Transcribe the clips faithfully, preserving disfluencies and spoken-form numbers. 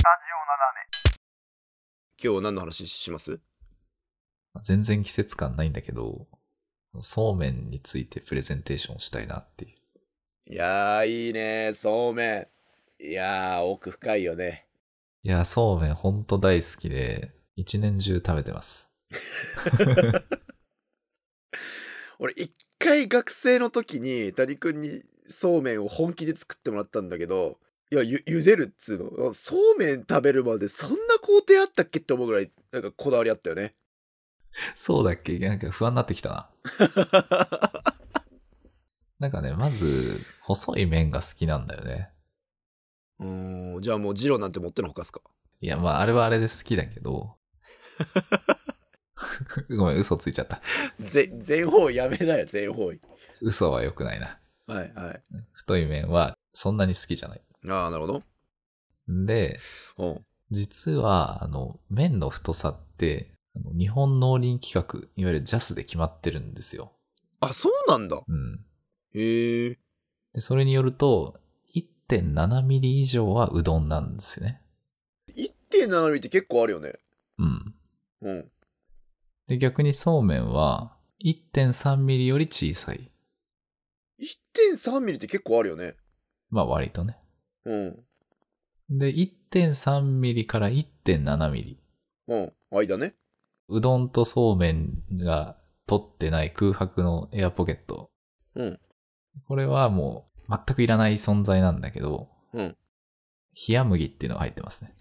今日何の話します？ 全然季節感ないんだけど、そうめんについてプレゼンテーションしたいなっていう。 いやーいいね、そうめん。いやー奥深いよね。 いや、そうめんほんと大好きで、一年中食べてます。 俺一回学生の時に谷くんにそうめんを本気で作ってもらったんだけど、いや、ゆ茹でるっつうの、そうめん食べるまでそんな工程あったっけって思うぐらいなんかこだわりあったよね。 そうだっけ？なんか不安になってきたな。なんかね、まず、細い麺が好きなんだよね。 うーん、じゃあもうジローなんて持ってのほかすか？ いや、まあ、あれはあれで好きだけど。ごめん、嘘ついちゃった。 ぜ全方位やめなよ、全方位。 嘘は良くないな。 はいはい。 太い麺はそんなに好きじゃない。 ああ、なるほど。 で、実は、あの、麺の太さって、あの日本農林規格、いわゆるジャスで決まってるんですよ。 あ、そうなんだ。 うん。 へえ。 でそれによると、いってんななミリ以上はうどんなんですよね。 いってんななミリって結構あるよね。 うん。 うん。 で、逆にそうめんは、いってんさんミリより小さい。 いってんさんミリって結構あるよね。 まあ割とね。 うん。 で、いってんさんミリからいってんななミリ。 うん。間ね。 うどんとそうめんが取ってない空白のエアポケット。 うん。 これはもう全くいらない存在なんだけど、 うん。 冷麦っていうのが入ってますね。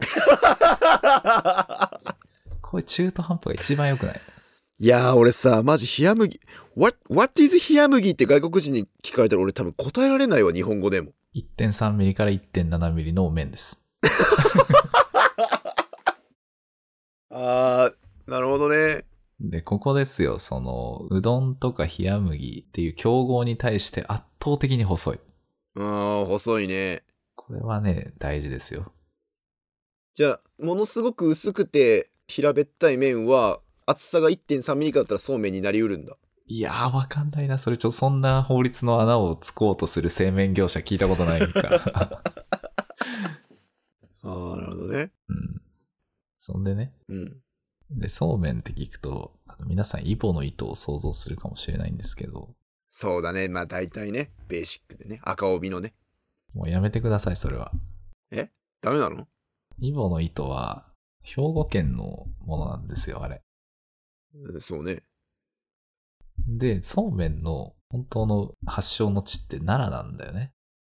これ中途半端が一番良くない？ いやー俺さ、マジ冷麦。What, what is 冷麦って外国人に聞かれたら俺多分答えられないわ、日本語でも。 いってんさんミリからいってんななミリの麺です。 あー、なるほどね。 で、ここですよ、その、うどんとか冷麦っていう競合に対して圧倒的に細い。 あー、細いね。 これはね、大事ですよ。 じゃあ、ものすごく薄くて平べったい麺は、厚さが いってんさんミリかだったらそうめんになりうるんだ。 いやー、わかんないな。それちょっとそんな法律の穴をつこうとする製麺業者聞いたことないから。 あー、なるほどね。 うん。そんでね。 うん。 で、そうめんって聞くと、あの皆さんイボの糸を想像するかもしれないんですけど。 そうだね。まあ大体ね。ベーシックでね。赤帯のね。 もうやめてください、それは。 え？ダメなの？ イボの糸は、兵庫県のものなんですよ、あれ。 うん、そうね。 で、そうめんの本当の発祥の地って奈良なんだよね。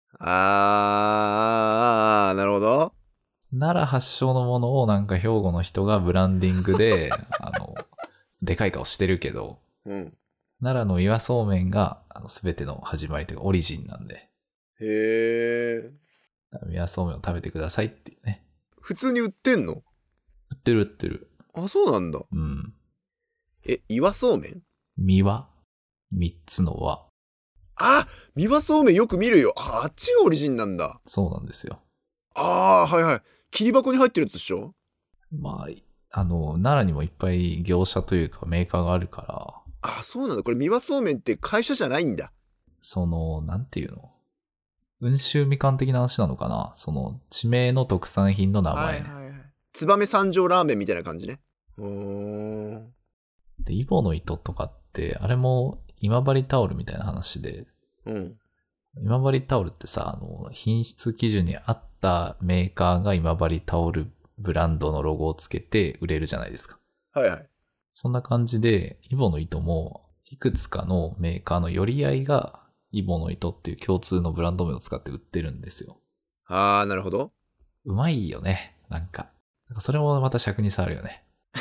あー、なるほど。 奈良発祥のものをなんか兵庫の人がブランディングで、あの、でかい顔してるけど、 うん。 奈良の岩そうめんがあの全ての始まりというかオリジンなんで。 へー。 岩そうめんを食べてくださいっていうね。 普通に売ってんの？ 売ってる売ってる。 あ、そうなんだ。 うん。 え、岩そうめん？ 身は三つの輪。 あ、三輪そうめんよく見るよ。あ、あっちがオリジンなんだ。 そうなんですよ。 あー、はいはい。切り箱に入ってるやつでしょ？ まあ、あの、奈良にもいっぱい業者というかメーカーがあるから、 あ、そうなんだ。これ三輪そうめんって会社じゃないんだ。 その、なんていうの温州みかん的な話なのかな、その、地名の特産品の名前ね。 はいはいはい。燕三条ラーメンみたいな感じね。うーん。 で、イボの糸とかって、あれも今治タオルみたいな話で、 うん。 今治タオルってさ、あの、品質基準に合ったメーカーが今治タオルブランドのロゴをつけて売れるじゃないですか。 はいはい。 そんな感じで、イボの糸も、いくつかのメーカーの寄り合いが、イボの糸っていう共通のブランド名を使って売ってるんですよ。 あー、なるほど。 うまいよね。なんか。なんかそれもまた尺に触るよね。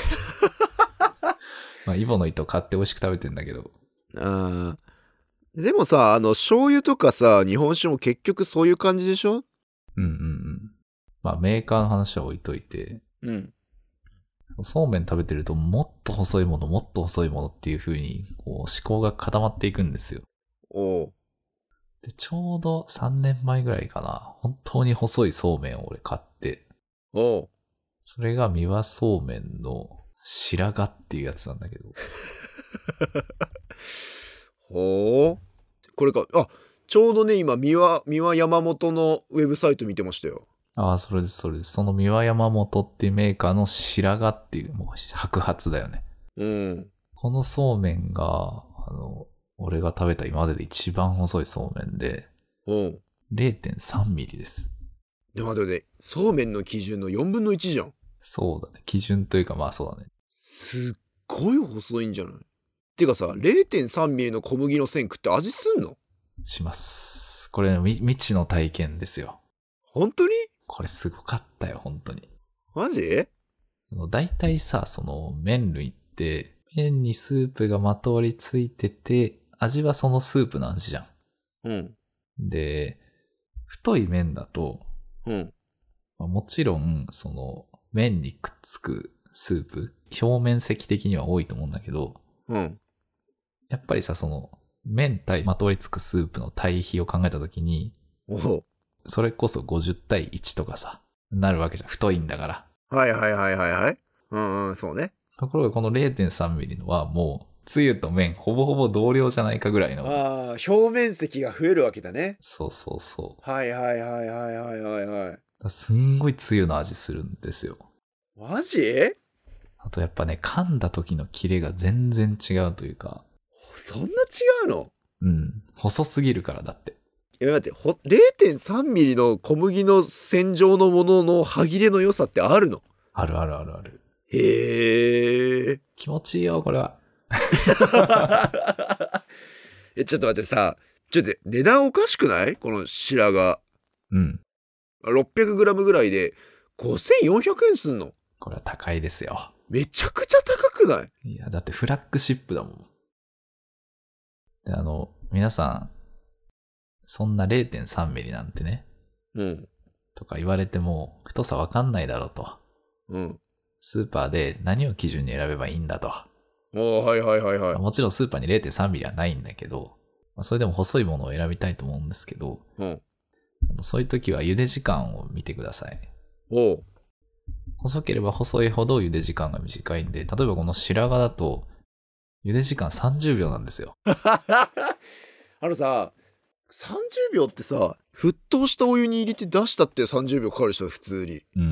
まあ、イボの糸買って美味しく食べてんだけど。 あー。でもさ、あの、醤油とかさ、日本酒も結局そういう感じでしょ？ うんうんうん。まあ、メーカーの話は置いといて、 うん。 そうめん食べてるともっと細いもの、もっと細いものっていう風に、こう、思考が固まっていくんですよ。 おう。 で、ちょうどさんねんまえぐらいかな。本当に細いそうめんを俺買って、 おう。 それが三輪そうめんの白髪っていうやつなんだけど。 ほう。これか。あ、ちょうどね、今、三輪、三輪山本のウェブサイト見てましたよ。 ああ、それです、それです。その三輪山本っていうメーカーの白髪っていう、もう白髪だよね。 うん。 このそうめんが、あの、俺が食べた今までで一番細いそうめんで、 うん。 れいてんさんミリです。 でも待って待って、そうめんの基準のよんぶんのいちじゃん。 そうだね。基準というかまあそうだね。 すっごい細いんじゃない？てかさ、れいてんさんミリの小麦の線食って味すんの？ します。これ、み未知の体験ですよ。 本当に？ これすごかったよ、本当に。 マジ？ だいたいさ、その麺類って、麺にスープがまとわりついてて、味はそのスープの味じゃん。 うん。 で、太い麺だと、 うん。 まあ、もちろん、その、麺にくっつくスープ、表面積的には多いと思うんだけど、 うん。 やっぱりさ、その、麺対まとわりつくスープの対比を考えたときに、 おう。 それこそごじゅうたいいちとかさ、なるわけじゃん。太いんだから。 はいはいはいはいはい。うんうん、そうね。 ところがこの れいてんさんミリのはもう、つゆと麺ほぼほぼ同量じゃないかぐらいの。 ああ、表面積が増えるわけだね。 そうそうそはいはいはいはいはいはいはい。 う。すんごいつゆの味するんですよ。 マジ？ あとやっぱね、噛んだ時のキレが全然違うというか。 そんな違うの？ うん。細すぎるからだって。 いや待って、ほ れいてんさんミリの小麦の線状のものの歯切れの良さってあるの？ あるあるあるある。 へえ。 気持ちいいよ、これは。 え、ちょっと待ってさ、ちょっと値段おかしくない？この白髪。 うん。 ろっぴゃくグラムぐらいでごせんよんひゃくえんすんの？ これは高いですよ。 めちゃくちゃ高くない？ いや、だってフラッグシップだもん。で、あの、皆さん、そんな れいてんさんミリなんてね、 うん。 とか言われても、太さわかんないだろうと。 うん。 スーパーで何を基準に選べばいいんだと。 おー、はいはいはいはい。 もちろんスーパーに れいてんさんミリはないんだけど、まあ、それでも細いものを選びたいと思うんですけど、 うん。 あのそういう時は茹で時間を見てください。 おう。 細ければ細いほど茹で時間が短いんで、例えばこの白髪だと、茹で時間さんじゅうびょうなんですよ。 あのさ、さんじゅうびょうってさ、沸騰したお湯に入れて出したってさんじゅうびょうかかる人普通に。 うん。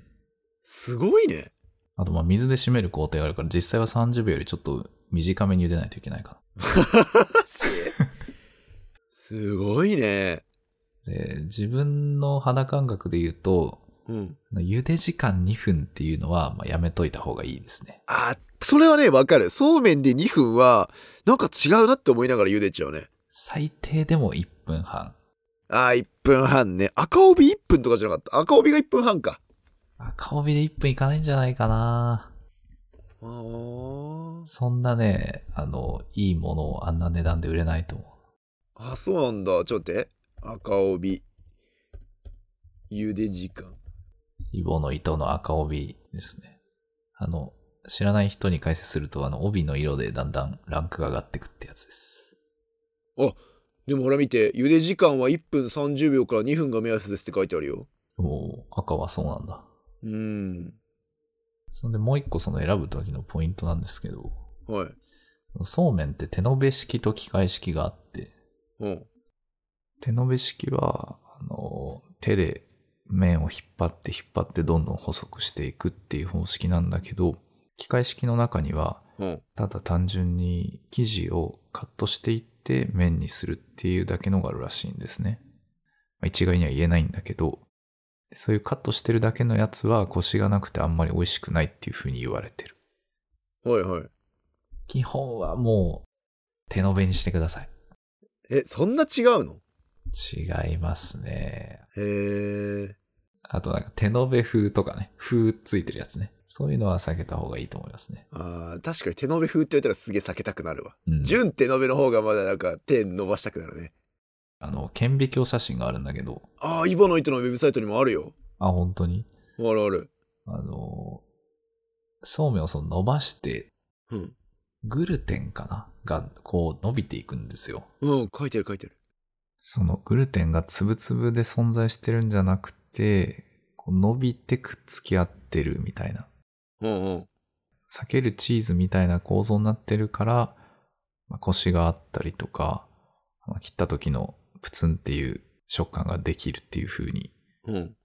すごいね。 あとまあ水で締める工程があるから、実際はさんじゅうびょうよりちょっと短めに茹でないといけないかマジ？すごいね。 な。で、自分の肌感覚で言うと、 うん。 茹で時間にふんっていうのはまあやめといた方がいいですね。 あ、それはね、わかる。そうめんでにふんは、なんか違うなって思いながら茹でちゃうね。 最低でもいっぷんはん。 あー、いっぷんはんね。赤帯いっぷんとかじゃなかった。赤帯がいっぷんはんか。 赤帯でいっぷんいかないんじゃないかな。 あー。 そんなね、あの、いいものをあんな値段で売れないと思う。 あ、そうなんだ。ちょっと待って。赤帯。茹で時間。 イボの糸の赤帯ですね。あの、知らない人に解説すると、あの、帯の色でだんだんランクが上がってくってやつです。 あ、でもほら見て。茹で時間はいっぷんさんじゅうびょうからにふんが目安ですって書いてあるよ。 お赤はそうなんだ。 うーん。 そんでもう一個その選ぶ時のポイントなんですけど、 はい。 そうめんって手延べ式と機械式があって、 うん。 手延べ式は、あの、手で麺を引っ張って引っ張ってどんどん細くしていくっていう方式なんだけど、機械式の中には、ただ単純に生地をカットしていって麺にするっていうだけのがあるらしいんですね。まあ、一概には言えないんだけど、そういうカットしてるだけのやつはコシがなくてあんまり美味しくないっていう風に言われてる。 はいはい。 基本はもう手延べにしてください。 え、そんな違うの？ 違いますね。 へー。 あとなんか手延べ風とかね、風ついてるやつね。そういうのは避けた方がいいと思いますね。 あー、確かに手延べ風って言われたらすげえ避けたくなるわ。 うん、 純手延べの方がまだなんか手伸ばしたくなるね。 あの、顕微鏡写真があるんだけど。 あー、イボの糸のウェブサイトにもあるよ。 あ、本当に？ あるある。 あの、そうめんをその伸ばして、 うん。 グルテンかながこう伸びていくんですよ。 うん、書いてる書いてる。 そのグルテンがつぶつぶで存在してるんじゃなくて、こう伸びてくっつき合ってるみたいな。 うんうん。 裂けるチーズみたいな構造になってるから、まあ、コシがあったりとか、まあ、切った時のプツンっていう食感ができるっていう風にうん。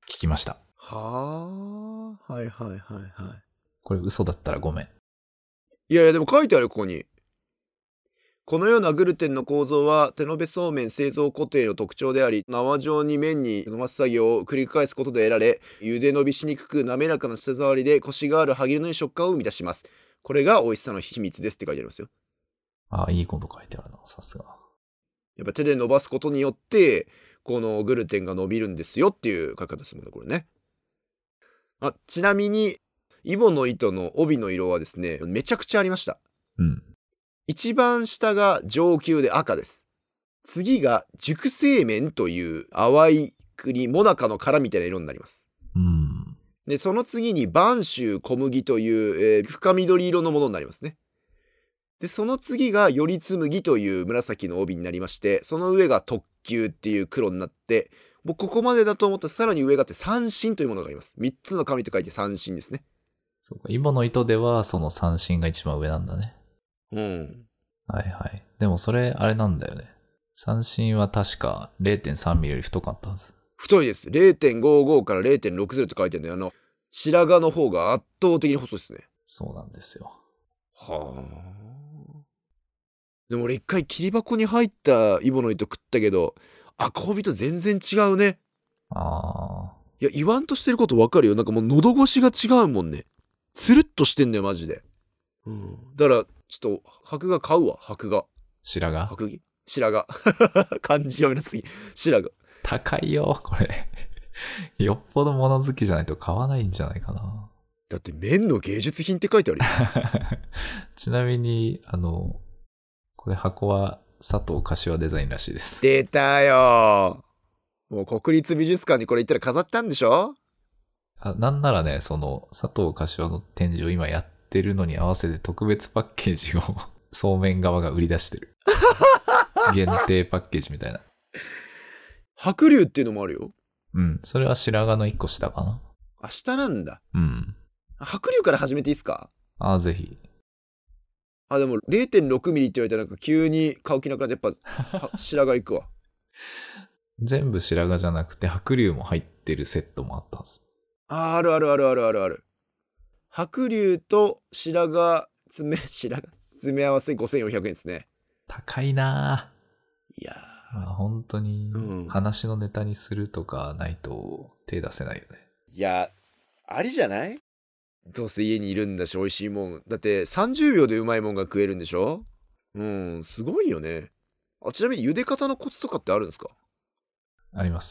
聞きました。 はあ、はいはいはいはい。 これ嘘だったらごめん。 いやいや、でも書いてある、ここに。このようなグルテンの構造は手延べそうめん製造工程の特徴であり、縄状に麺に伸ばす作業を繰り返すことで得られ、茹で伸びしにくく滑らかな舌触りでコシがある歯切れのいい食感を生み出します。これが美味しさの秘密ですって書いてありますよ。 ああ、いいこと書いてあるな、さすが。 やっぱ手で伸ばすことによって、このグルテンが伸びるんですよっていう書き方ですもんね、これね。あ、ちなみに、イボの糸の帯の色はですね、めちゃくちゃありました。 うん。 一番下が上級で赤です。次が熟成麺という淡い栗、もなかの殻みたいな色になります。 うん。 で、その次に播州小麦という、えー深緑色のものになりますね。で、その次がよりつ麦という紫の帯になりまして、その上が特級っていう黒になって、もうここまでだと思ったらさらに上があって三芯というものがあります。みっつの紙と書いて三芯ですね。 そうか、イボの糸ではその三芯が一番上なんだね。 うん。 はいはい。でもそれあれなんだよね。三芯は確か れいてんさんミリより太かったはず。 太いです。れいてんごじゅうご から れいてんろくじゅう って書いてあるんで、あの、白髪の方が圧倒的に細いですね。 そうなんですよ。 はあ。でも俺一回切り箱に入ったイボの糸食ったけど、赤帯と全然違うね。 ああ。 いや、言わんとしてることわかるよ。なんかもう喉越しが違うもんね。つるっとしてんだよ、マジで。うん。だから、ちょっと、箔が買うわ、箔が。 白髪白木白髪。漢字読めなすぎ。白髪。 高いよ、これ。よっぽど物好きじゃないと買わないんじゃないかな。 だって麺の芸術品って書いてあるよ。 ちなみに、あの、これ箱は佐藤柏デザインらしいです。 出たよ。もう国立美術館にこれ行ったら飾ったんでしょ？ あ、なんならね、その佐藤柏の展示を今やってるのに合わせて特別パッケージをそうめん側が売り出してる。限定パッケージみたいな。 白龍っていうのもあるよ。 うん。それは白髪の一個下かな。 あ、下なんだ。 うん。 白龍から始めていいですか？ ああ、ぜひ。 あ、でも れいてんろくミリって言われたらなんか急に買う気なくなってやっぱ白髪いくわ。 全部白髪じゃなくて白龍も入ってるセットもあったはず。 あ、あるあるあるあるあるある。白龍と白髪詰め、白髪詰め合わせごせんよんひゃくえんですね。 高いなぁ。 いやー。 まあ、本当にうん話のネタにするとかないと手出せないよね。 いや、ありじゃない？どうせ家にいるんだし美味しいもん。だってさんじゅうびょうでうまいもんが食えるんでしょ？うん、すごいよね。あ、ちなみに茹で方のコツとかってあるんですか？ あります。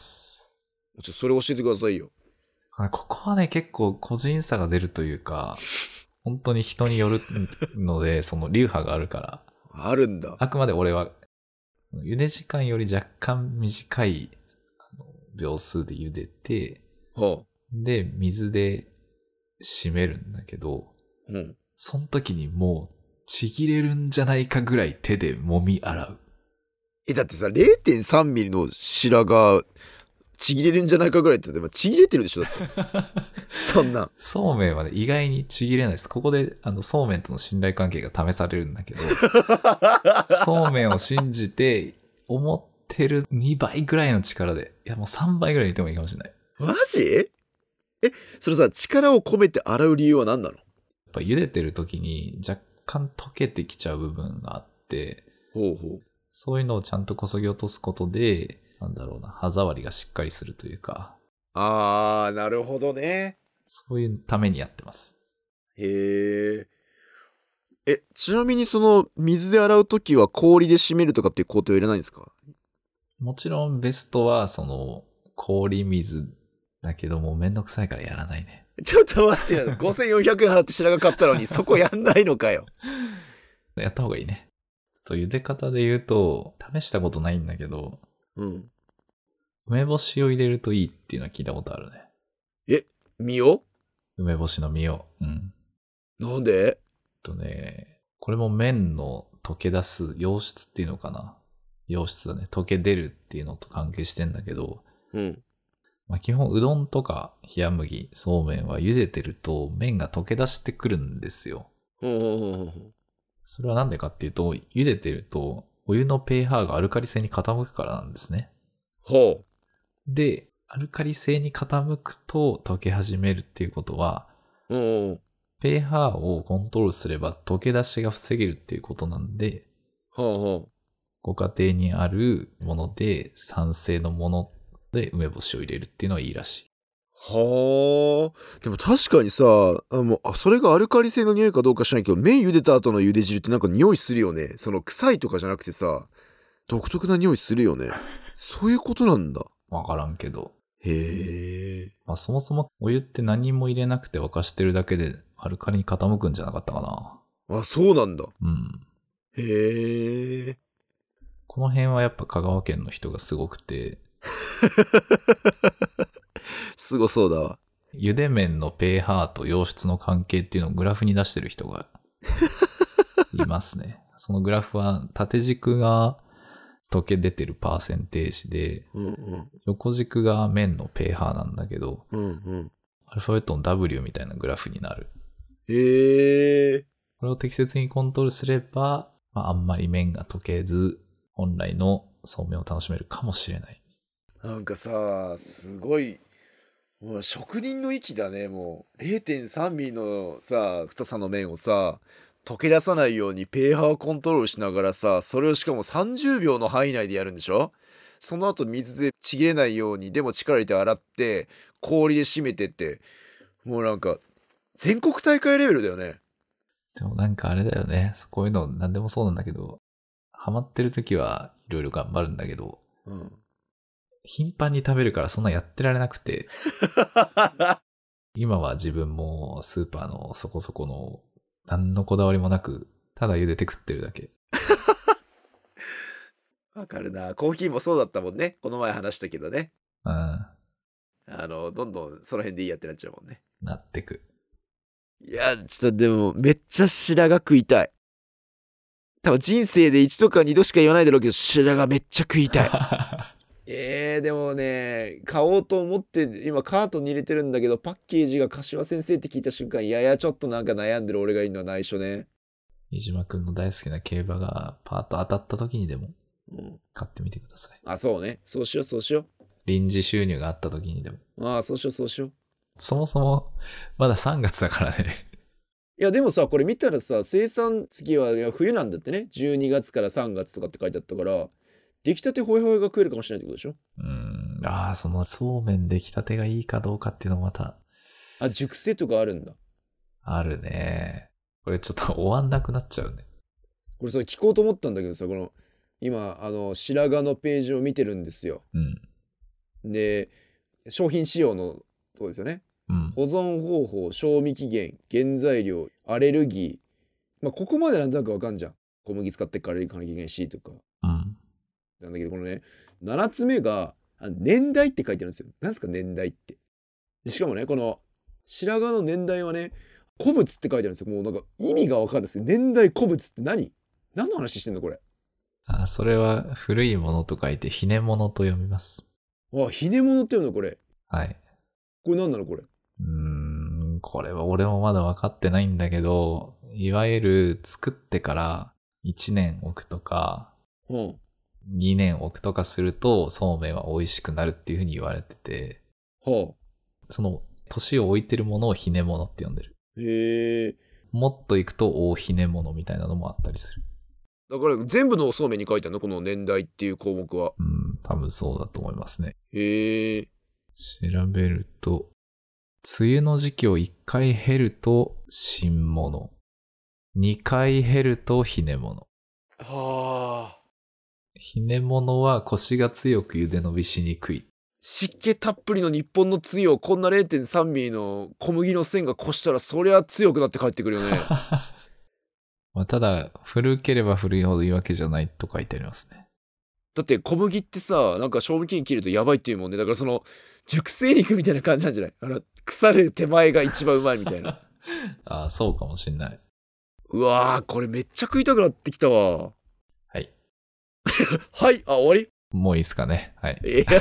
ちょっとそれ教えてくださいよ。 ここはね、結構個人差が出るというか、本当に人によるので、その流派があるから。 あるんだ。 あくまで俺は、茹で時間より若干短いあの秒数で茹でて、 はあ、 で、水で締めるんだけど、 うん。 その時にもうちぎれるんじゃないかぐらい手で揉み洗う。 え、だってさ、れいてんさんミリの白髪、ちぎれるんじゃないかぐらいって言ってもちぎれてるでしょだって。そんな。 そうめんはね、意外にちぎれないです。ここで、あの、そうめんとの信頼関係が試されるんだけど、そうめんを信じて、思ってるにばいぐらいの力で、いやもうさんばいぐらい入れてもいいかもしれない。 マジ？え、それさ、力を込めて洗う理由は何なの？ やっぱ茹でてる時に若干溶けてきちゃう部分があって、 ほうほう。 そういうのをちゃんとこそぎ落とすことで、なんだろうな、歯触りがしっかりするというか。 あー、なるほどね。 そういうためにやってます。 へえ。え、ちなみにその水で洗うときは氷で締めるとかっていう工程はいらないんですか？ もちろんベストはその氷水だけどもめんどくさいからやらないね。 ちょっと待ってよ。ごせんよんひゃくえん払って白髪買ったのにそこやんないのかよ。 やった方がいいね。と茹で方で言うと試したことないんだけど、 うん。 梅干しを入れるといいっていうのは聞いたことあるね。 え、実を？ 梅干しの実を。うん。 なんで？ とね、これも麺の溶け出す溶質っていうのかな。溶質だね。溶け出るっていうのと関係してんだけど、 うん。 まあ、基本うどんとか冷麦、そうめんは茹でてると麺が溶け出してくるんですよ。 ほうほうほうほう。 それはなんでかっていうと、茹でてるとお湯の pH がアルカリ性に傾くからなんですね。 ほう。 で、 アルカリ性に傾くと溶け始めるっていうことは、 うん。 pH をコントロールすれば溶け出しが防げるっていうことなんで、 はあはあ。 ご家庭にあるもので酸性のもので梅干しを入れるっていうのはいいらしい。 はあ。でも確かにさ、あもうあそれがアルカリ性の匂いかどうか知らないけど、麺茹でた後の茹で汁ってなんか匂いするよね。その臭いとかじゃなくてさ、独特な匂いするよね。そういうことなんだ。 わからんけど。 へえ。 まあそもそもお湯って何も入れなくて沸かしてるだけでアルカリに傾くんじゃなかったかな。 あ、そうなんだ。 うん。 へえ。 この辺はやっぱ香川県の人がすごくて、 すごそうだわ。 茹で麺の pH と溶質の関係っていうのをグラフに出してる人がいますね。そのグラフは縦軸が溶け出てるパーセンテージで、 うんうん。 横軸が麺の pH なんだけど、 うんうん。 アルファベットの W みたいなグラフになる。 へえ。 これを適切にコントロールすれば、まあ、あんまり麺が溶けず、本来のそうめんを楽しめるかもしれない。 なんかさ、すごい、もう職人の域だね。もう れいてんさんミリのさ、太さの麺をさ、溶け出さないように pH をコントロールしながらさ、それをしかもさんじゅうびょうの範囲内でやるんでしょ。その後水でちぎれないように、でも力入れて洗って、氷で締めてって、もうなんか、全国大会レベルだよね。 でもなんかあれだよね。こういうの何でもそうなんだけど、ハマってる時はいろいろ頑張るんだけど、 うん。 頻繁に食べるからそんなやってられなくて、今は自分もスーパーのそこそこの何のこだわりもなく、ただ茹でて食ってるだけ。 わかるな。コーヒーもそうだったもんね。この前話したけどね。 うん。 あの、どんどんその辺でいいやってなっちゃうもんね。 なってく。 いや、ちょっとでも、めっちゃ白髪食いたい。多分人生で一度か二度しか言わないだろうけど、白髪めっちゃ食いたい。えー、でもね、買おうと思って、今カートに入れてるんだけど、パッケージが柏先生って聞いた瞬間、ややちょっとなんか悩んでる俺がいるのは内緒ね。 飯島くんの大好きな競馬がパーッと当たった時にでもうん。 買ってみてください。 あ、そうね。そうしよう、そうしよ臨時収入があった時にでも。 う。ああ、そうしよう、そうしよう。 そもそも、まださんがつだからね。 いや、でもさ、これ見たらさ、生産月はいや冬なんだってね。じゅうにがつからさんがつとかって書いてあったから、出来たてホイホイが食えるかもしれないってことでしょ。 うーん。ああ、そのそうめん出来たてがいいかどうかっていうのもまた。 あ、熟成とかあるんだ。 あるね。これちょっと終わんなくなっちゃうね。 これさ、聞こうと思ったんだけどさ、この、今、あの、白髪のページを見てるんですよ。 うん。 で、商品仕様のとこですよね。 うん。 保存方法、賞味期限、原材料、アレルギー。まあ、ここまでなんとなくわかんじゃん。小麦使ってっからアレルギー関係ないしとか。 うん。 なんだけど、このね、ななつめが、あ年代って書いてあるんですよ。なんですか、年代って。でしかもね、この、白髪の年代はね、古物って書いてあるんですよ。もうなんか意味がわかるんですよ。年代古物って何何の話してんのこれ。 あ、それは古いものと書いて、ひねものと読みます。 あ、ひねものって読むのこれ。 はい。 これ何なのこれ。 うーん、これは俺もまだ分かってないんだけど、いわゆる作ってからいちねん置くとか、 うん。 にねん置くとかすると、そうめんは美味しくなるっていう風に言われてて、 はその、年を置いてるものをひねものって呼んでる。 あ。へえ。 もっといくと大ひねものみたいなのもあったりする。 だから全部のおそうめんに書いてあるのこの年代っていう項目は。 うん、多分そうだと思いますね。 へえ。 調べると、梅雨の時期をいっかい減ると新物。にかい減るとひねもの。 はあ。 ひねものはコシが強く茹で伸びしにくい。 湿気たっぷりの日本の梅雨をこんな れいてんさんミリの小麦の線が越したらそりゃ強くなって帰ってくるよね。 まあただ、古ければ古いほどいいわけじゃないと書いてありますね。 だって小麦ってさ、なんか賞味期限切るとやばいっていうもんね。だからその熟成肉みたいな感じなんじゃない？あの腐る手前が一番うまいみたいな。 ああ、そうかもしんない。 うわー、これめっちゃ食いたくなってきたわ。 はい。 はい、あ、終わり？ もういいっすかね。はい。 いや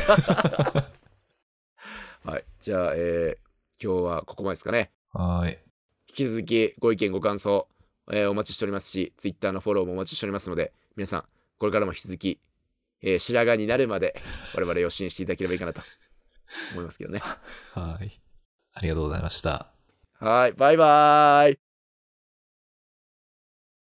はい、じゃあ、えー、今日はここまでですかね。 はーい。 引き続きご意見ご感想、えーお待ちしておりますし、Twitter のフォローもお待ちしておりますので、皆さんこれからも引き続き、えー白髪になるまで我々を支援していただければいいかなと思いますけどね。 はい。ありがとうございました。 はい、バイバーイ。